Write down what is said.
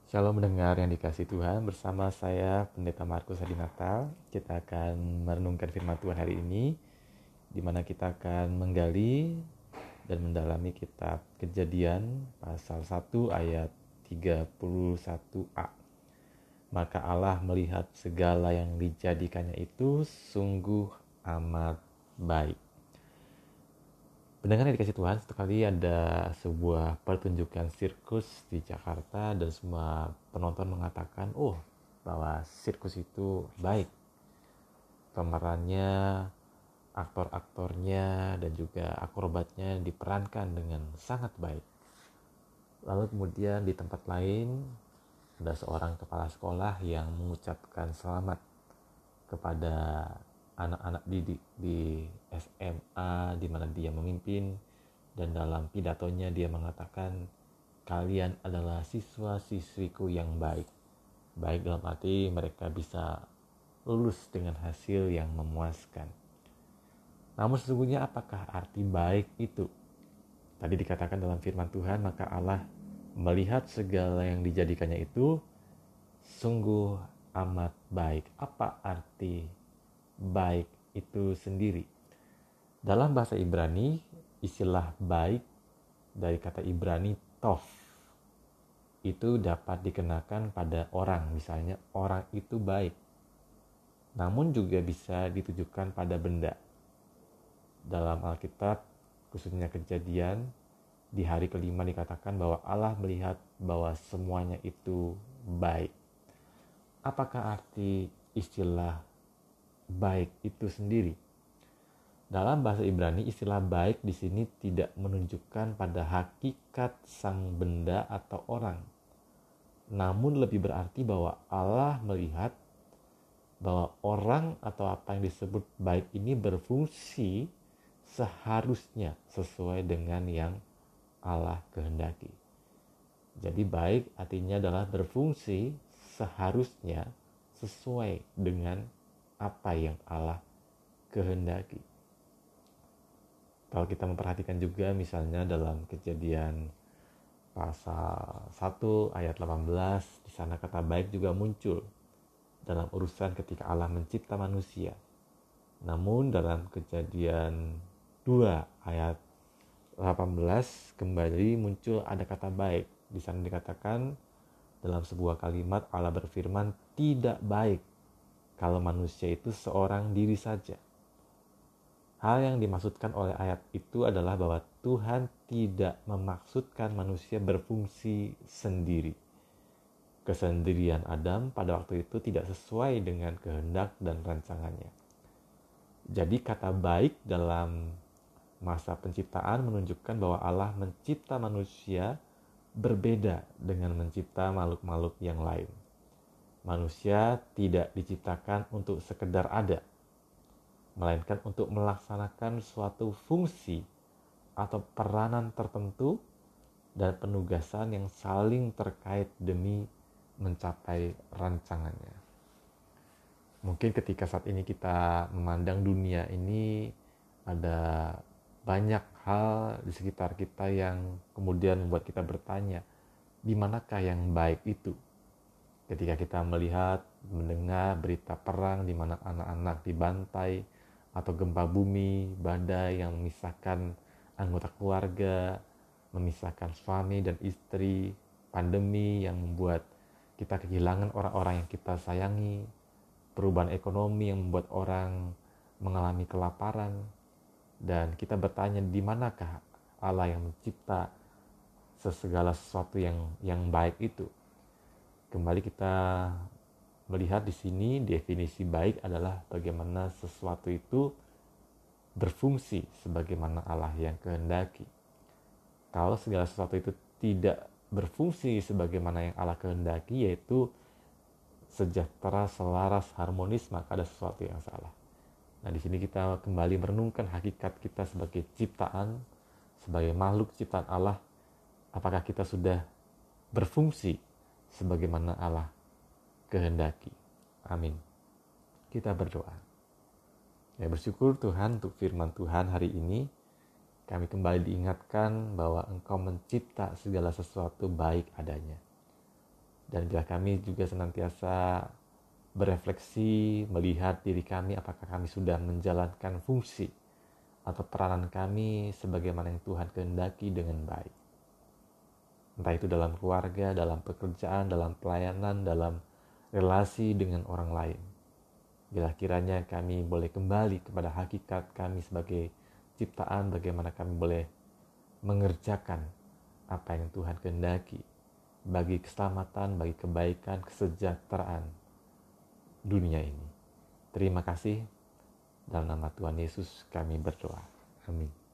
Shalom mendengar yang dikasih Tuhan, bersama saya Pendeta Markus Hadi Natal. Kita akan merenungkan firman Tuhan hari ini, di mana kita akan menggali dan mendalami kitab Kejadian pasal 1 ayat 31a. Maka Allah melihat segala yang dijadikannya itu sungguh amat baik. Pendengar yang dikasih Tuhan, satu kali ada sebuah pertunjukan sirkus di Jakarta dan semua penonton mengatakan, bahwa sirkus itu baik. Pemerannya, aktor-aktornya, dan juga akrobatnya diperankan dengan sangat baik. Lalu kemudian di tempat lain, ada seorang kepala sekolah yang mengucapkan selamat kepada anak-anak didik di SMA di mana dia memimpin, dan dalam pidatonya dia mengatakan, kalian adalah siswa-siswiku yang baik. Baik dalam arti mereka bisa lulus dengan hasil yang memuaskan. Namun sesungguhnya apakah arti baik itu? Tadi dikatakan dalam firman Tuhan, maka Allah melihat segala yang dijadikannya itu sungguh amat baik. Apa arti baik itu sendiri? Dalam bahasa Ibrani, istilah baik dari kata Ibrani tov itu dapat dikenakan pada orang. Misalnya orang itu baik. Namun juga bisa ditujukan pada benda. Dalam Alkitab, khususnya Kejadian, di hari kelima dikatakan bahwa Allah melihat bahwa semuanya itu baik. Apakah arti istilah baik itu sendiri? Dalam bahasa Ibrani, istilah baik di sini tidak menunjukkan pada hakikat sang benda atau orang. Namun lebih berarti bahwa Allah melihat bahwa orang atau apa yang disebut baik ini berfungsi seharusnya sesuai dengan yang Allah kehendaki. Jadi baik artinya adalah berfungsi seharusnya sesuai dengan apa yang Allah kehendaki. Kalau kita memperhatikan juga misalnya dalam Kejadian pasal 1 ayat 18, di sana kata baik juga muncul dalam urusan ketika Allah mencipta manusia. Namun dalam Kejadian 2 ayat 18 kembali muncul ada kata baik. Di sana dikatakan dalam sebuah kalimat Allah berfirman, tidak baik kalau manusia itu seorang diri saja. Hal yang dimaksudkan oleh ayat itu adalah bahwa Tuhan tidak memaksudkan manusia berfungsi sendiri. Kesendirian Adam pada waktu itu tidak sesuai dengan kehendak dan rancangannya. Jadi kata baik dalam masa penciptaan menunjukkan bahwa Allah mencipta manusia berbeda dengan mencipta makhluk-makhluk yang lain. Manusia tidak diciptakan untuk sekedar ada, melainkan untuk melaksanakan suatu fungsi atau peranan tertentu dan penugasan yang saling terkait demi mencapai rancangannya. Mungkin ketika saat ini kita memandang dunia ini, ada banyak hal di sekitar kita yang kemudian membuat kita bertanya, di manakah yang baik itu? Ketika kita melihat, mendengar berita perang di mana anak-anak dibantai, atau gempa bumi, badai yang memisahkan anggota keluarga, memisahkan suami dan istri, pandemi yang membuat kita kehilangan orang-orang yang kita sayangi, perubahan ekonomi yang membuat orang mengalami kelaparan, dan kita bertanya di manakah Allah yang mencipta segala sesuatu yang baik itu. Kembali kita melihat di sini definisi baik adalah bagaimana sesuatu itu berfungsi sebagaimana Allah yang kehendaki. Kalau segala sesuatu itu tidak berfungsi sebagaimana yang Allah kehendaki, yaitu sejahtera, selaras, harmonis, maka ada sesuatu yang salah. Nah, di sini kita kembali merenungkan hakikat kita sebagai ciptaan, sebagai makhluk ciptaan Allah. Apakah kita sudah berfungsi sebagaimana Allah kehendaki? Amin. Kita berdoa. Ya, bersyukur Tuhan untuk firman Tuhan hari ini. Kami kembali diingatkan bahwa Engkau mencipta segala sesuatu baik adanya. Dan bila kami juga senantiasa berefleksi, melihat diri kami apakah kami sudah menjalankan fungsi atau peranan kami sebagaimana yang Tuhan kehendaki dengan baik. Entah itu dalam keluarga, dalam pekerjaan, dalam pelayanan, dalam relasi dengan orang lain. Bila kiranya kami boleh kembali kepada hakikat kami sebagai ciptaan, bagaimana kami boleh mengerjakan apa yang Tuhan kehendaki bagi keselamatan, bagi kebaikan, kesejahteraan dunia ini. Terima kasih. Dalam nama Tuhan Yesus kami berdoa. Amin.